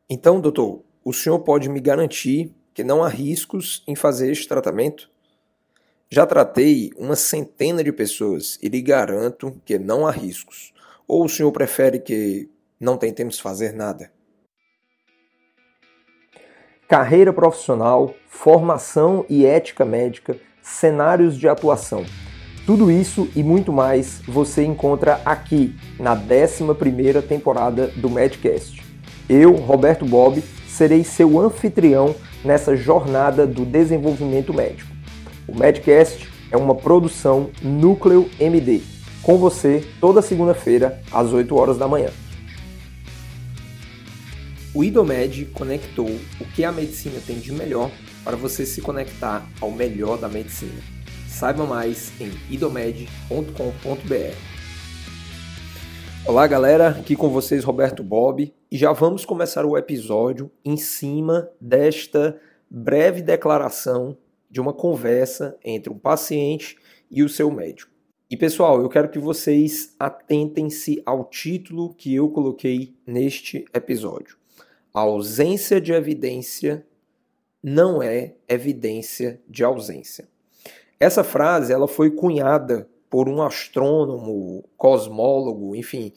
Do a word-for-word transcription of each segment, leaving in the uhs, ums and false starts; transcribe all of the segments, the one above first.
Então, doutor, o senhor pode me garantir que não há riscos em fazer este tratamento? Já tratei uma centena de pessoas e lhe garanto que não há riscos. Ou o senhor prefere que não tentemos fazer nada? Carreira profissional, formação e ética médica, cenários de atuação. Tudo isso e muito mais você encontra aqui na décima primeira temporada do Medcast. Eu, Roberto Bob, serei seu anfitrião nessa jornada do desenvolvimento médico. O Medcast é uma produção Núcleo M D, com você toda segunda-feira às oito horas da manhã. O IDOMED conectou o que a medicina tem de melhor para você se conectar ao melhor da medicina. Saiba mais em idomed ponto com ponto b r. Olá galera, aqui com vocês Roberto Bob e já vamos começar o episódio em cima desta breve declaração de uma conversa entre um paciente e o seu médico. E pessoal, eu quero que vocês atentem-se ao título que eu coloquei neste episódio. A ausência de evidência não é evidência de ausência. Essa frase ela foi cunhada por um astrônomo, cosmólogo, enfim,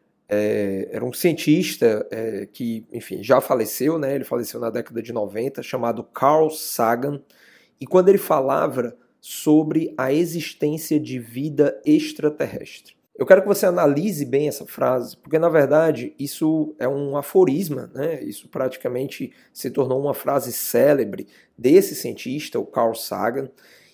é, era um cientista é, que, enfim, já faleceu, né? Ele faleceu na década de noventa, chamado Carl Sagan, e quando ele falava sobre a existência de vida extraterrestre. Eu quero que você analise bem essa frase, porque na verdade isso é um aforisma, né? Isso praticamente se tornou uma frase célebre desse cientista, o Carl Sagan,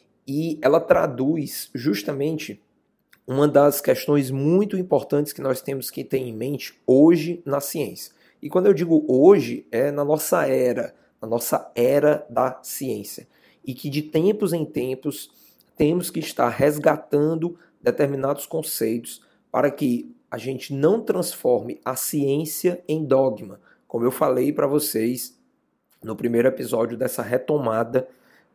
e ela traduz justamente uma das questões muito importantes que nós temos que ter em mente hoje na ciência. E quando eu digo hoje, é na nossa era, na nossa era da ciência. E que de tempos em tempos temos que estar resgatando determinados conceitos para que a gente não transforme a ciência em dogma, como eu falei para vocês no primeiro episódio dessa retomada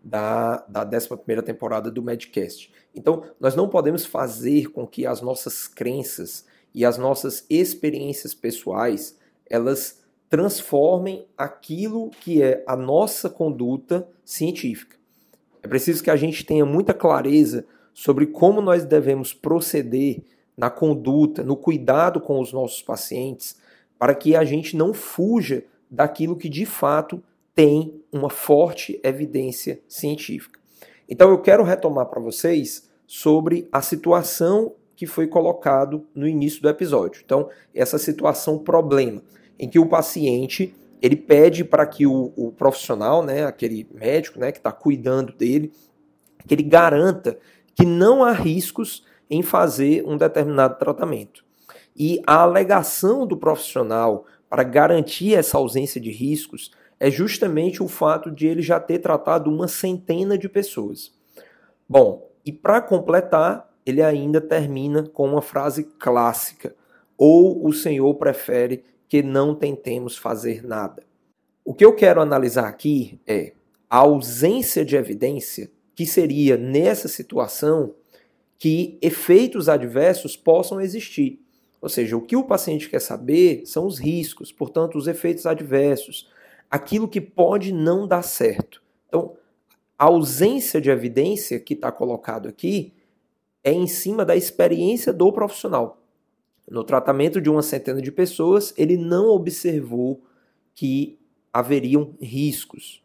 da, da décima primeira temporada do Medcast. Então, nós não podemos fazer com que as nossas crenças e as nossas experiências pessoais, elas transformem aquilo que é a nossa conduta científica. É preciso que a gente tenha muita clareza sobre como nós devemos proceder na conduta, no cuidado com os nossos pacientes, para que a gente não fuja daquilo que de fato tem uma forte evidência científica. Então eu quero retomar para vocês sobre a situação que foi colocado no início do episódio. Então, essa situação problema, em que o paciente ele pede para que o, o profissional, né, aquele médico, né, que está cuidando dele, que ele garanta que não há riscos em fazer um determinado tratamento. E a alegação do profissional para garantir essa ausência de riscos é justamente o fato de ele já ter tratado uma centena de pessoas. Bom, e para completar, ele ainda termina com uma frase clássica: ou o senhor prefere que não tentemos fazer nada. O que eu quero analisar aqui é a ausência de evidência, que seria nessa situação que efeitos adversos possam existir. Ou seja, o que o paciente quer saber são os riscos, portanto, os efeitos adversos, aquilo que pode não dar certo. Então, a ausência de evidência que está colocado aqui é em cima da experiência do profissional. No tratamento de uma centena de pessoas, ele não observou que haveriam riscos.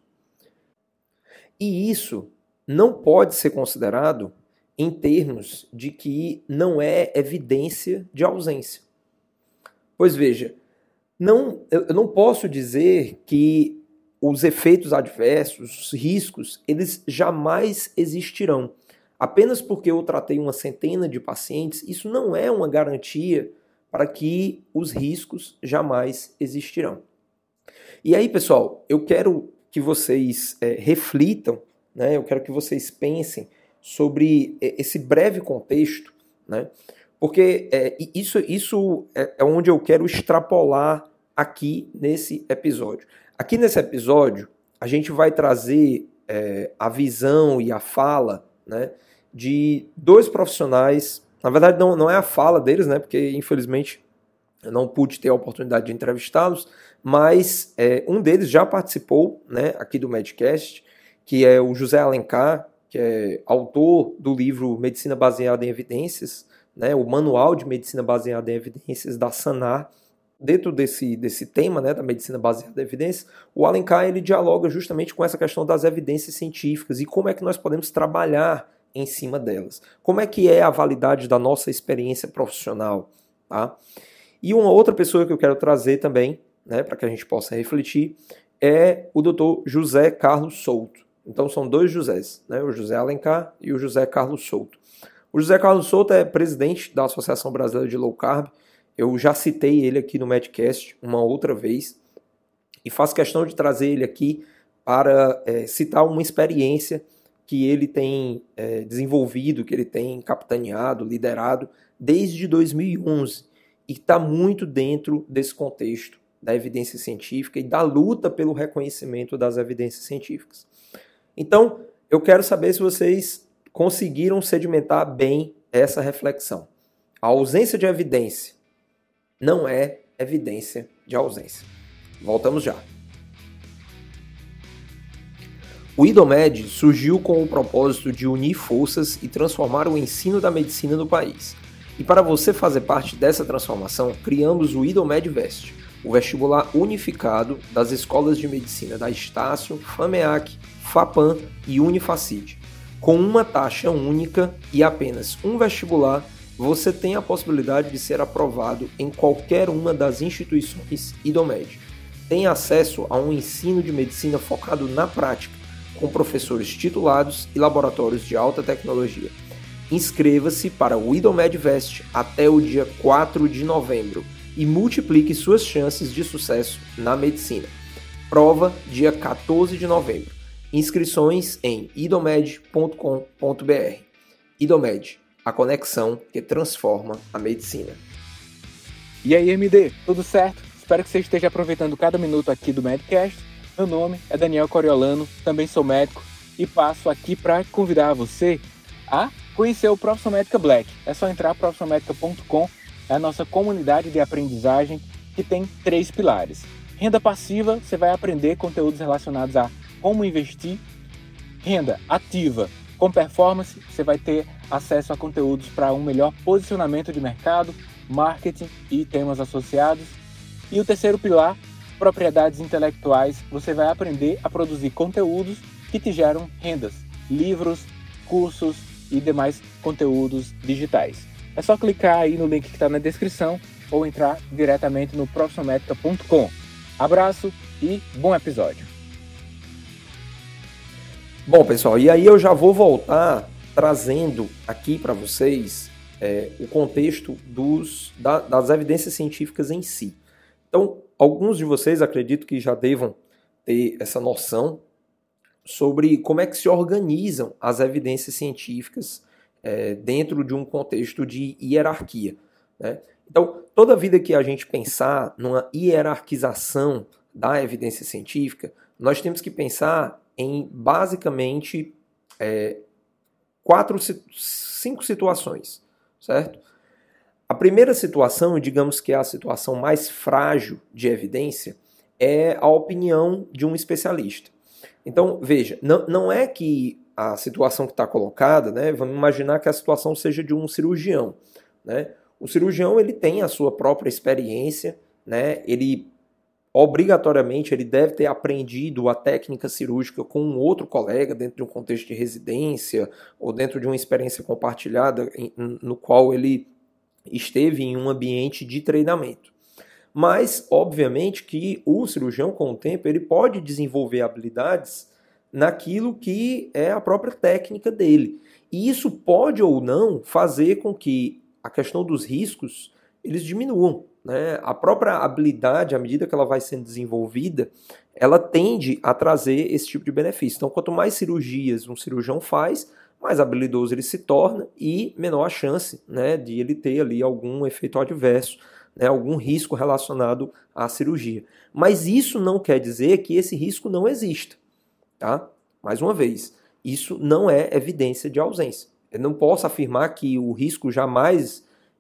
E isso não pode ser considerado em termos de que não é evidência de ausência. Pois veja, não, eu não posso dizer que os efeitos adversos, os riscos, eles jamais existirão. Apenas porque eu tratei uma centena de pacientes, isso não é uma garantia para que os riscos jamais existirão. E aí, pessoal, eu quero que vocês é, reflitam, né? Eu quero que vocês pensem sobre esse breve contexto, né? Porque é, isso, isso é onde eu quero extrapolar aqui nesse episódio. Aqui nesse episódio, a gente vai trazer é, a visão e a fala, né, de dois profissionais. Na verdade, não, não é a fala deles, né, porque infelizmente eu não pude ter a oportunidade de entrevistá-los, mas é, um deles já participou, né, aqui do Medcast, que é o José Alencar, que é autor do livro Medicina Baseada em Evidências, né, o Manual de Medicina Baseada em Evidências da Sanar. Dentro desse, desse tema, né, da medicina baseada em evidências, o Alencar ele dialoga justamente com essa questão das evidências científicas e como é que nós podemos trabalhar em cima delas. Como é que é a validade da nossa experiência profissional, tá? E uma outra pessoa que eu quero trazer também, né, para que a gente possa refletir, é o doutor José Carlos Souto. Então são dois Josés, né, o José Alencar e o José Carlos Souto. O José Carlos Souto é presidente da Associação Brasileira de Low Carb. Eu já citei ele aqui no Medcast uma outra vez e faço questão de trazer ele aqui para é, citar uma experiência que ele tem é, desenvolvido, que ele tem capitaneado, liderado desde dois mil e onze e está muito dentro desse contexto da evidência científica e da luta pelo reconhecimento das evidências científicas. Então, eu quero saber se vocês conseguiram sedimentar bem essa reflexão. A ausência de evidência não é evidência de ausência. Voltamos já. O IDOMED surgiu com o propósito de unir forças e transformar o ensino da medicina no país. E para você fazer parte dessa transformação, criamos o IDOMED-Vest, o vestibular unificado das escolas de medicina da Estácio, FAMEAC, FAPAM e Unifacid. Com uma taxa única e apenas um vestibular, você tem a possibilidade de ser aprovado em qualquer uma das instituições IDOMED. Tem acesso a um ensino de medicina focado na prática, com professores titulados e laboratórios de alta tecnologia. Inscreva-se para o IDOMED-Vest até o dia quatro de novembro e multiplique suas chances de sucesso na medicina. Prova dia quatorze de novembro. Inscrições em idomed ponto com ponto br. IDOMED, a conexão que transforma a medicina. E aí, M D, tudo certo? Espero que você esteja aproveitando cada minuto aqui do Medcast. Meu nome é Daniel Coriolano, também sou médico e passo aqui para convidar você a conhecer o Profissão Médica Black. É só entrar em profissão médica ponto com, é a nossa comunidade de aprendizagem que tem três pilares. Renda passiva, você vai aprender conteúdos relacionados a como investir. Renda ativa, com performance, você vai ter acesso a conteúdos para um melhor posicionamento de mercado, marketing e temas associados. E o terceiro pilar, propriedades intelectuais, você vai aprender a produzir conteúdos que te geram rendas, livros, cursos e demais conteúdos digitais. É só clicar aí no link que está na descrição ou entrar diretamente no profissão médica ponto com. Abraço e bom episódio. Bom, pessoal, e aí eu já vou voltar trazendo aqui para vocês é, o contexto dos, da, das evidências científicas em si. Então, alguns de vocês acredito que já devam ter essa noção sobre como é que se organizam as evidências científicas é, dentro de um contexto de hierarquia, né? Então, toda vida que a gente pensar numa hierarquização da evidência científica, nós temos que pensar em basicamente é, quatro, cinco situações, certo? A primeira situação, digamos que é a situação mais frágil de evidência, é a opinião de um especialista. Então, veja, não, não é que a situação que está colocada, né, vamos imaginar que a situação seja de um cirurgião, né? O cirurgião ele tem a sua própria experiência, né? Ele obrigatoriamente ele deve ter aprendido a técnica cirúrgica com um outro colega dentro de um contexto de residência ou dentro de uma experiência compartilhada em, no qual ele esteve em um ambiente de treinamento. Mas, obviamente, que o cirurgião, com o tempo, ele pode desenvolver habilidades naquilo que é a própria técnica dele. E isso pode ou não fazer com que a questão dos riscos eles diminuam, né? A própria habilidade, à medida que ela vai sendo desenvolvida, ela tende a trazer esse tipo de benefício. Então, quanto mais cirurgias um cirurgião faz, mais habilidoso ele se torna e menor a chance, né, de ele ter ali algum efeito adverso, né, algum risco relacionado à cirurgia. Mas isso não quer dizer que esse risco não exista, tá? Mais uma vez, isso não é evidência de ausência. Eu não posso afirmar que o risco jamais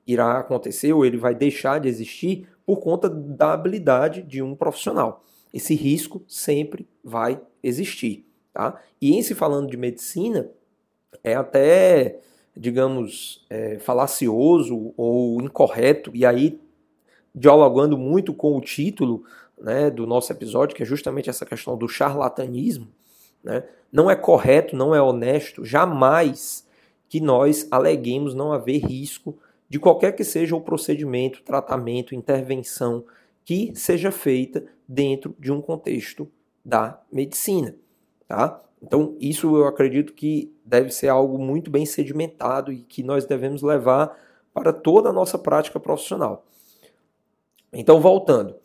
irá acontecer ou ele vai deixar de existir por conta da habilidade de um profissional. Esse risco sempre vai existir. Tá? E em se falando de medicina, é até, digamos, é, falacioso ou incorreto, e aí dialogando muito com o título, né, do nosso episódio, que é justamente essa questão do charlatanismo, né? Não é correto, não é honesto, jamais que nós aleguemos não haver risco de qualquer que seja o procedimento, tratamento, intervenção que seja feita dentro de um contexto da medicina. Tá? Então, isso eu acredito que deve ser algo muito bem sedimentado e que nós devemos levar para toda a nossa prática profissional. Então, voltando,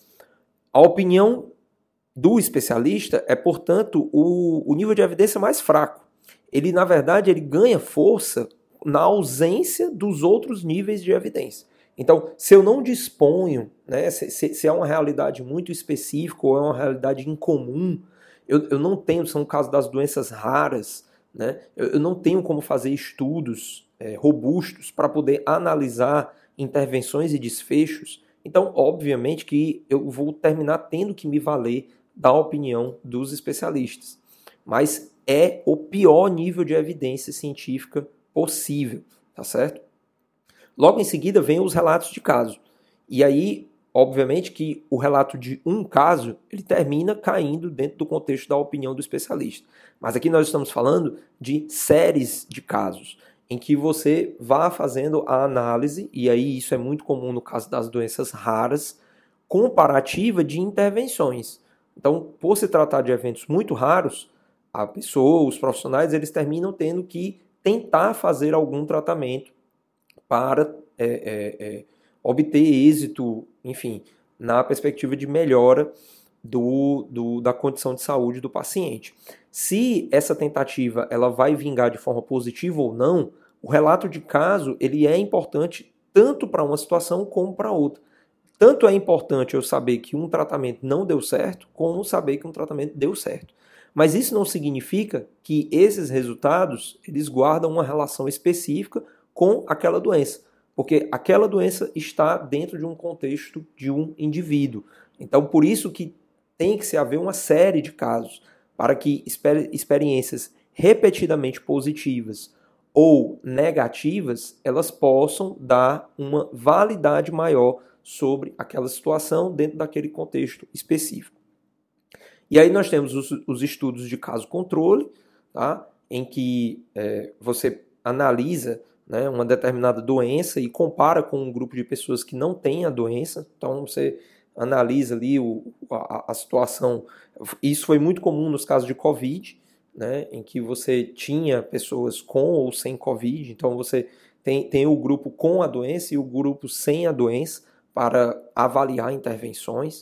a opinião do especialista é, portanto, o, o nível de evidência mais fraco. Ele, na verdade, ele ganha força na ausência dos outros níveis de evidência. Então, se eu não disponho, né, se, se, se é uma realidade muito específica ou é uma realidade incomum, eu, eu não tenho, são casos das doenças raras, né, eu, eu não tenho como fazer estudos é, robustos para poder analisar intervenções e desfechos. Então, obviamente que eu vou terminar tendo que me valer da opinião dos especialistas. Mas é o pior nível de evidência científica possível, tá certo? Logo em seguida vem os relatos de caso. E aí, obviamente que o relato de um caso, ele termina caindo dentro do contexto da opinião do especialista. Mas aqui nós estamos falando de séries de casos, em que você vá fazendo a análise, e aí isso é muito comum no caso das doenças raras, comparativa de intervenções. Então, por se tratar de eventos muito raros, a pessoa, os profissionais, eles terminam tendo que tentar fazer algum tratamento para é, é, é, obter êxito, enfim, na perspectiva de melhora do, do, da condição de saúde do paciente. Se essa tentativa ela vai vingar de forma positiva ou não, o relato de caso ele é importante tanto para uma situação como para outra. Tanto é importante eu saber que um tratamento não deu certo, como saber que um tratamento deu certo. Mas isso não significa que esses resultados eles guardam uma relação específica com aquela doença, porque aquela doença está dentro de um contexto de um indivíduo. Então, por isso que tem que se haver uma série de casos para que exper- experiências repetidamente positivas ou negativas, elas possam dar uma validade maior sobre aquela situação dentro daquele contexto específico. E aí nós temos os, os estudos de caso controle, tá? Em que é, você analisa, né, uma determinada doença e compara com um grupo de pessoas que não têm a doença. Então você analisa ali o, a, a situação. Isso foi muito comum nos casos de Covid, né, em que você tinha pessoas com ou sem Covid. Então você tem, tem o grupo com a doença e o grupo sem a doença para avaliar intervenções.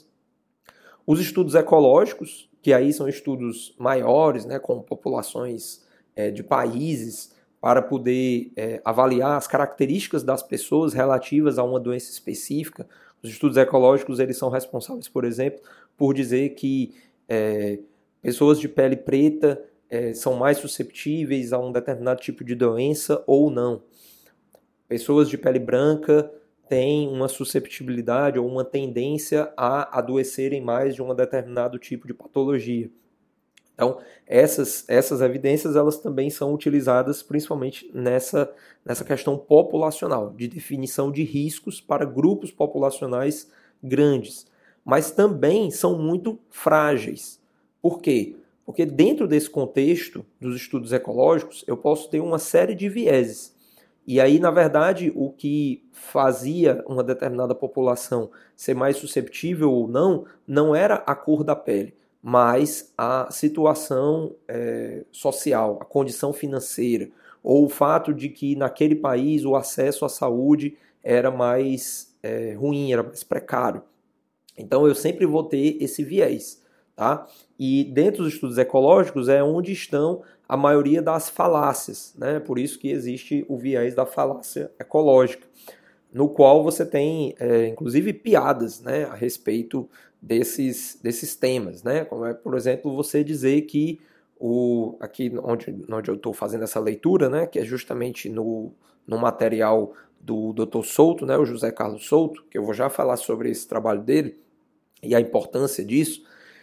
Os estudos ecológicos, que aí são estudos maiores, né, com populações é, de países, para poder é, avaliar as características das pessoas relativas a uma doença específica. Os estudos ecológicos eles são responsáveis, por exemplo, por dizer que é, pessoas de pele preta é, são mais susceptíveis a um determinado tipo de doença ou não. Pessoas de pele branca têm uma susceptibilidade ou uma tendência a adoecerem mais de um determinado tipo de patologia. Então, essas, essas evidências elas também são utilizadas principalmente nessa, nessa questão populacional, de definição de riscos para grupos populacionais grandes. Mas também são muito frágeis. Por quê? Porque dentro desse contexto dos estudos ecológicos, eu posso ter uma série de vieses. E aí, na verdade, o que fazia uma determinada população ser mais susceptível ou não, não era a cor da pele, mas a situação é, social, a condição financeira, ou o fato de que naquele país o acesso à saúde era mais é, ruim, era mais precário. Então eu sempre vou ter esse viés, tá? E dentro dos estudos ecológicos é onde estão a maioria das falácias, né? Por isso que existe o viés da falácia ecológica, no qual você tem, é, inclusive, piadas, né, a respeito desses, desses temas, né? Como é, por exemplo, você dizer que o, aqui onde, onde eu estou fazendo essa leitura, né, que é justamente no, no material do doutor Souto, né, o José Carlos Souto, que eu vou já falar sobre esse trabalho dele e a importância disso,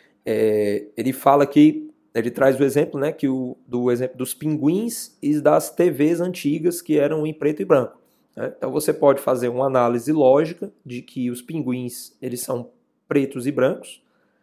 é, ele fala que, ele traz o exemplo, né, que o, do exemplo dos pinguins e das T Vs antigas que eram em preto e branco. Né? Então você pode fazer uma análise lógica de que os pinguins eles são pretos e brancos,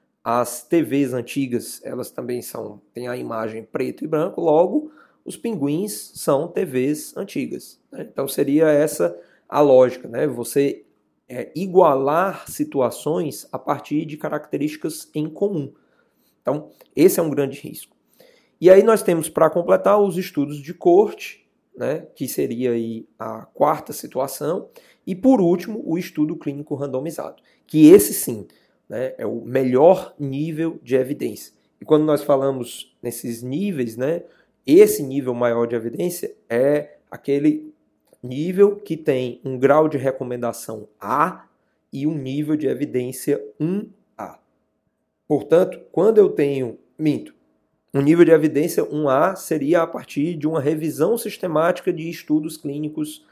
as T Vs antigas elas também são, têm a imagem preto e branco, logo os pinguins são T Vs antigas. Né? Então seria essa a lógica, né? Você é, igualar situações a partir de características em comum. Então esse é um grande risco. E aí nós temos para completar os estudos de corte, né? Que seria aí a quarta situação, e por último o estudo clínico randomizado, que esse sim, né, é o melhor nível de evidência. E quando nós falamos nesses níveis, né, esse nível maior de evidência é aquele nível que tem um grau de recomendação A e um nível de evidência um A. Portanto, quando eu tenho, minto, um nível de evidência um A seria a partir de uma revisão sistemática de estudos clínicos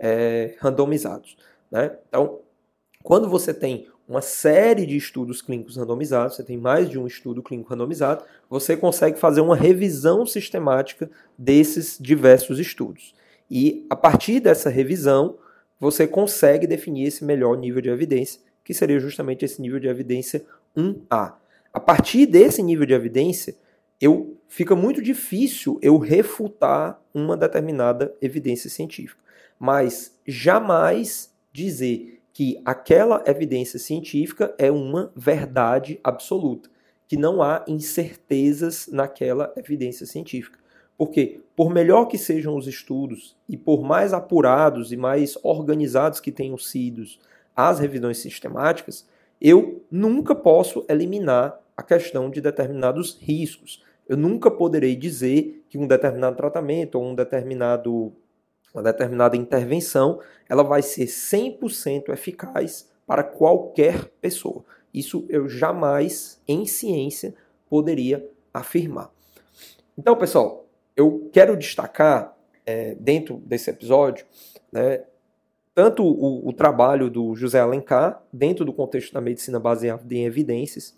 é, randomizados. Né? Então, quando você tem uma série de estudos clínicos randomizados, você tem mais de um estudo clínico randomizado, você consegue fazer uma revisão sistemática desses diversos estudos. E a partir dessa revisão, você consegue definir esse melhor nível de evidência, que seria justamente esse nível de evidência um A. A partir desse nível de evidência, eu, fica muito difícil eu refutar uma determinada evidência científica. Mas jamais dizer que aquela evidência científica é uma verdade absoluta, que não há incertezas naquela evidência científica. Porque, por melhor que sejam os estudos e por mais apurados e mais organizados que tenham sido as revisões sistemáticas, eu nunca posso eliminar a questão de determinados riscos. Eu nunca poderei dizer que um determinado tratamento ou um determinado uma determinada intervenção, ela vai ser cem por cento eficaz para qualquer pessoa. Isso eu jamais, em ciência, poderia afirmar. Então, pessoal, eu quero destacar, é, dentro desse episódio, né, tanto o, o trabalho do José Alencar, dentro do contexto da medicina baseada em evidências,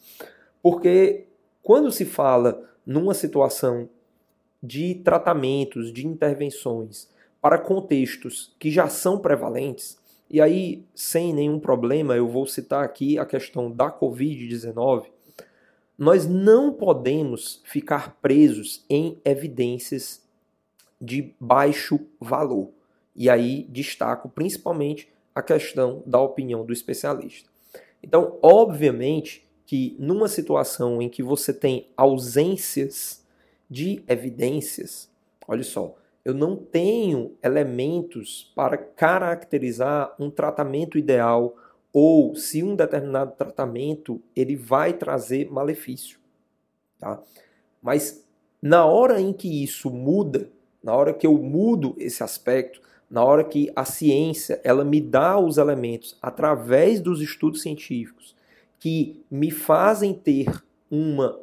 porque quando se fala numa situação de tratamentos, de intervenções, para contextos que já são prevalentes, e aí, sem nenhum problema, eu vou citar aqui a questão da covid dezenove, nós não podemos ficar presos em evidências de baixo valor. E aí destaco principalmente a questão da opinião do especialista. Então, obviamente que numa situação em que você tem ausências de evidências, olha só, eu não tenho elementos para caracterizar um tratamento ideal ou se um determinado tratamento ele vai trazer malefício. Tá? Mas na hora em que isso muda, na hora que eu mudo esse aspecto, na hora que a ciência ela me dá os elementos através dos estudos científicos que me fazem ter uma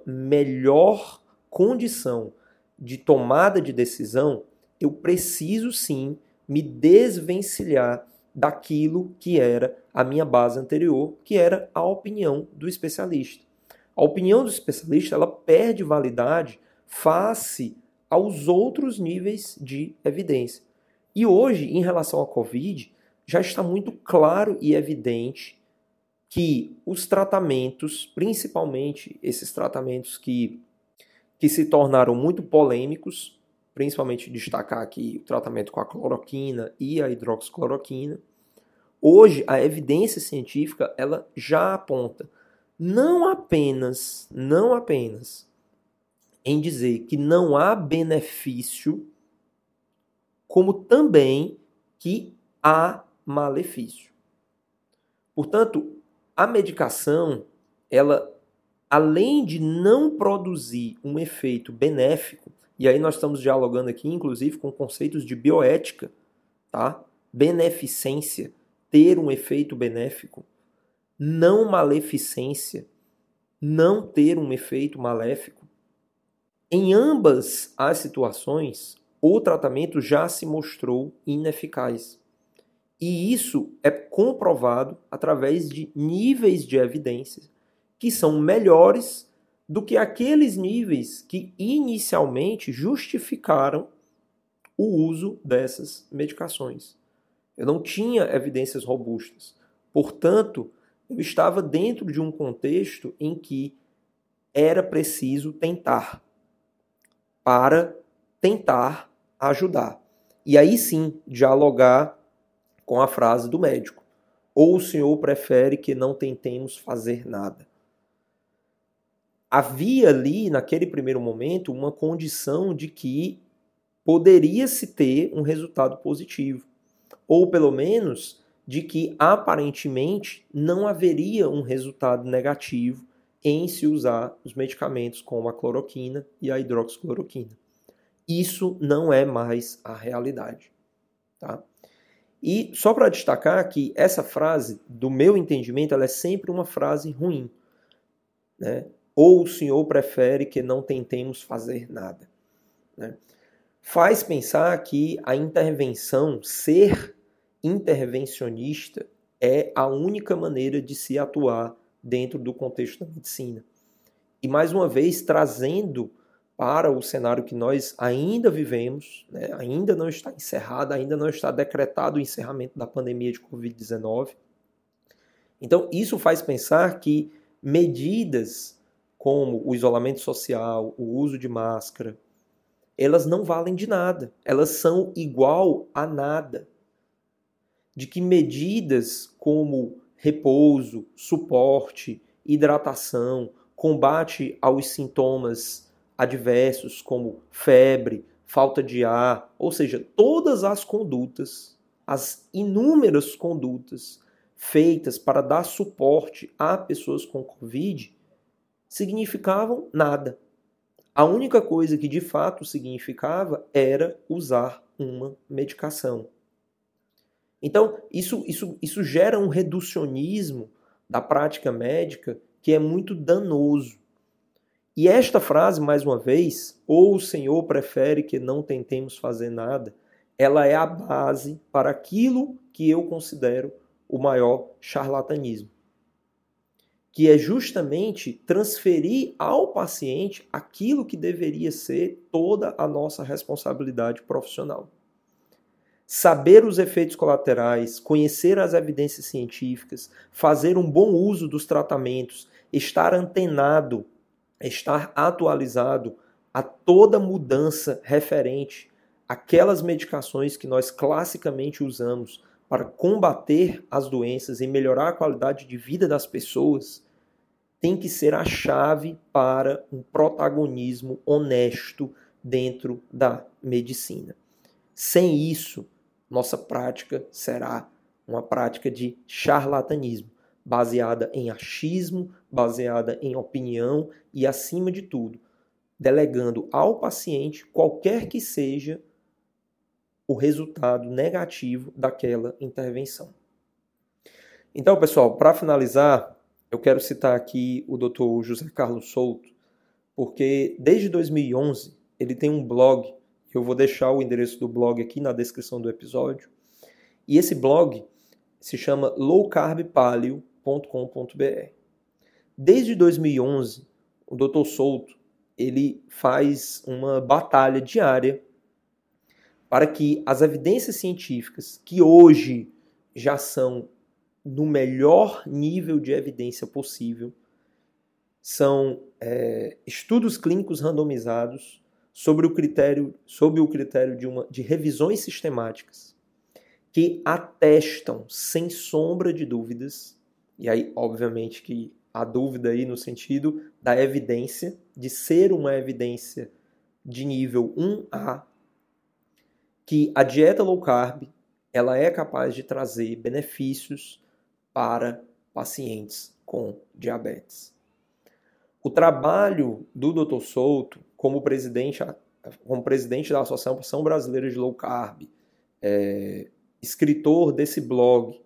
melhor condição de tomada de decisão, eu preciso sim me desvencilhar daquilo que era a minha base anterior, que era a opinião do especialista. A opinião do especialista ela perde validade face aos outros níveis de evidência. E hoje, em relação à Covid, já está muito claro e evidente que os tratamentos, principalmente esses tratamentos que, que se tornaram muito polêmicos, principalmente destacar aqui o tratamento com a cloroquina e a hidroxicloroquina, hoje a evidência científica ela já aponta não apenas, não apenas em dizer que não há benefício, como também que há malefício. Portanto, a medicação, ela, além de não produzir um efeito benéfico, e aí nós estamos dialogando aqui, inclusive, com conceitos de bioética, tá? Beneficência, ter um efeito benéfico, não maleficência, não ter um efeito maléfico. Em ambas as situações, o tratamento já se mostrou ineficaz. E isso é comprovado através de níveis de evidência que são melhores do que aqueles níveis que inicialmente justificaram o uso dessas medicações. Eu não tinha evidências robustas. Portanto, eu estava dentro de um contexto em que era preciso tentar, para tentar ajudar. E aí sim, dialogar com a frase do médico. Ou o senhor prefere que não tentemos fazer nada? Havia ali, naquele primeiro momento, uma condição de que poderia-se ter um resultado positivo. Ou, pelo menos, de que, aparentemente, não haveria um resultado negativo em se usar os medicamentos como a cloroquina e a hidroxicloroquina. Isso não é mais a realidade. Tá? E só para destacar que essa frase, do meu entendimento, ela é sempre uma frase ruim. Né? Ou o senhor prefere que não tentemos fazer nada. Né? Faz pensar que a intervenção, ser intervencionista, é a única maneira de se atuar dentro do contexto da medicina. E, mais uma vez, trazendo para o cenário que nós ainda vivemos, né, ainda não está encerrado, ainda não está decretado o encerramento da pandemia de covid dezenove. Então, isso faz pensar que medidas como o isolamento social, o uso de máscara, elas não valem de nada. Elas são igual a nada. De que medidas como repouso, suporte, hidratação, combate aos sintomas adversos como febre, falta de ar, ou seja, todas as condutas, as inúmeras condutas feitas para dar suporte a pessoas com Covid, significavam nada. A única coisa que de fato significava era usar uma medicação. Então, isso, isso, isso gera um reducionismo da prática médica que é muito danoso. E esta frase, mais uma vez, ou o Senhor prefere que não tentemos fazer nada, ela é a base para aquilo que eu considero o maior charlatanismo. Que é justamente transferir ao paciente aquilo que deveria ser toda a nossa responsabilidade profissional. Saber os efeitos colaterais, conhecer as evidências científicas, fazer um bom uso dos tratamentos, estar antenado, estar atualizado a toda mudança referente àquelas medicações que nós classicamente usamos para combater as doenças e melhorar a qualidade de vida das pessoas, tem que ser a chave para um protagonismo honesto dentro da medicina. Sem isso, nossa prática será uma prática de charlatanismo, baseada em achismo, baseada em opinião e, acima de tudo, delegando ao paciente qualquer que seja o resultado negativo daquela intervenção. Então, pessoal, para finalizar, eu quero citar aqui o doutor José Carlos Souto, porque desde dois mil e onze ele tem um blog, eu vou deixar o endereço do blog aqui na descrição do episódio, e esse blog se chama low carb paleo ponto com ponto b r. Desde dois mil e onze, o doutor Souto ele faz uma batalha diária para que as evidências científicas, que hoje já são no melhor nível de evidência possível, são é, estudos clínicos randomizados sobre o critério, sob o critério de, uma, de revisões sistemáticas, que atestam, sem sombra de dúvidas, e aí, obviamente, que a dúvida aí no sentido da evidência, de ser uma evidência de nível um A, que a dieta low carb ela é capaz de trazer benefícios para pacientes com diabetes. O trabalho do doutor Souto, como presidente, como presidente da Associação Brasileira de Low Carb, é, escritor desse blog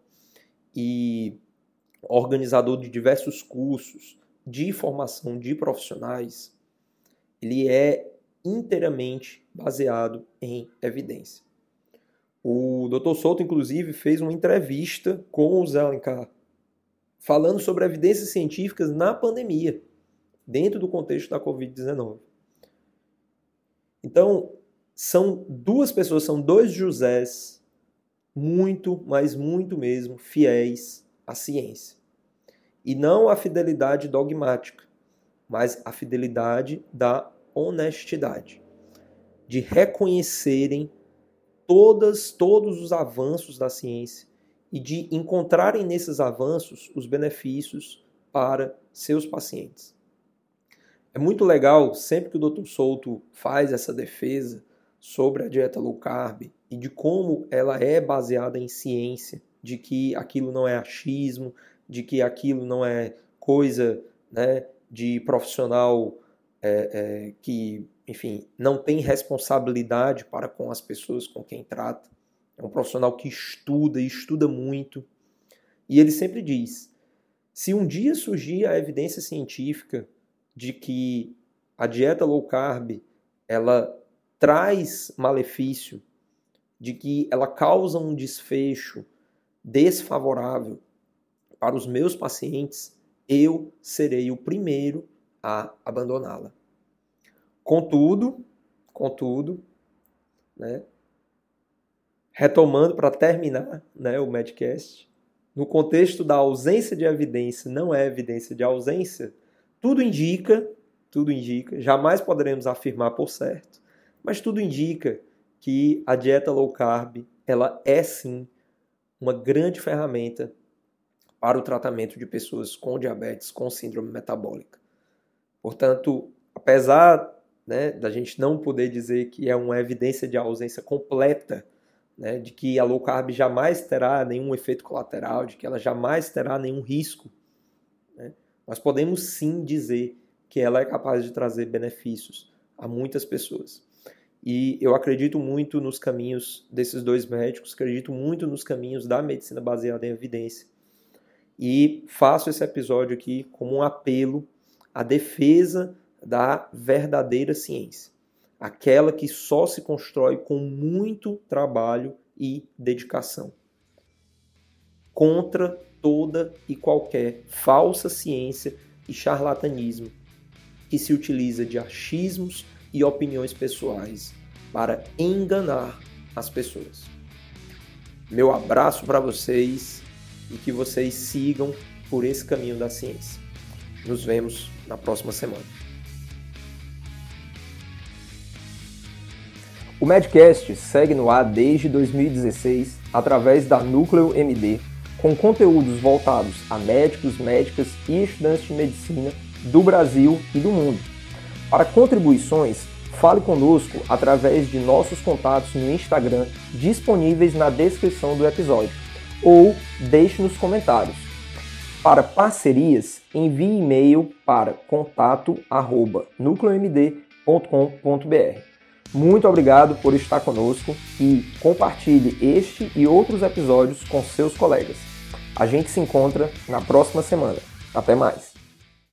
e organizador de diversos cursos de formação de profissionais, ele é inteiramente baseado em evidência. O doutor Souto, inclusive, fez uma entrevista com o Zé Alencar, falando sobre evidências científicas na pandemia, dentro do contexto da covid dezenove. Então, são duas pessoas, são dois Josés muito, mas muito mesmo, fiéis à ciência. E não à fidelidade dogmática, mas à fidelidade da honestidade, de reconhecerem todas, todos os avanços da ciência e de encontrarem nesses avanços os benefícios para seus pacientes. É muito legal, sempre que o doutor Souto faz essa defesa sobre a dieta low carb e de como ela é baseada em ciência, de que aquilo não é achismo, de que aquilo não é coisa, né, de profissional é, é, que, enfim, não tem responsabilidade para com as pessoas com quem trata. É um profissional que estuda e estuda muito. E ele sempre diz, se um dia surgir a evidência científica de que a dieta low carb ela traz malefício, de que ela causa um desfecho desfavorável para os meus pacientes, eu serei o primeiro a abandoná-la. Contudo, contudo, né, retomando para terminar, né, o Medcast, no contexto da ausência de evidência, não é evidência de ausência, tudo indica, tudo indica, jamais poderemos afirmar por certo, mas tudo indica que a dieta low carb, ela é sim uma grande ferramenta para o tratamento de pessoas com diabetes, com síndrome metabólica. Portanto, apesar, né, da gente não poder dizer que é uma evidência de ausência completa, né, de que a low carb jamais terá nenhum efeito colateral, de que ela jamais terá nenhum risco, né, nós podemos sim dizer que ela é capaz de trazer benefícios a muitas pessoas. E eu acredito muito nos caminhos desses dois médicos, acredito muito nos caminhos da medicina baseada em evidência. E faço esse episódio aqui como um apelo à defesa da verdadeira ciência. Aquela que só se constrói com muito trabalho e dedicação. Contra toda e qualquer falsa ciência e charlatanismo que se utiliza de achismos e opiniões pessoais para enganar as pessoas. Meu abraço para vocês e que vocês sigam por esse caminho da ciência. Nos vemos na próxima semana. O Medcast segue no ar desde dois mil e dezesseis através da Núcleo M D, com conteúdos voltados a médicos, médicas e estudantes de medicina do Brasil e do mundo. Para contribuições, fale conosco através de nossos contatos no Instagram disponíveis na descrição do episódio ou deixe nos comentários. Para parcerias, envie e-mail para contato arroba núcleo m d ponto com ponto b r. Muito obrigado por estar conosco e compartilhe este e outros episódios com seus colegas. A gente se encontra na próxima semana. Até mais!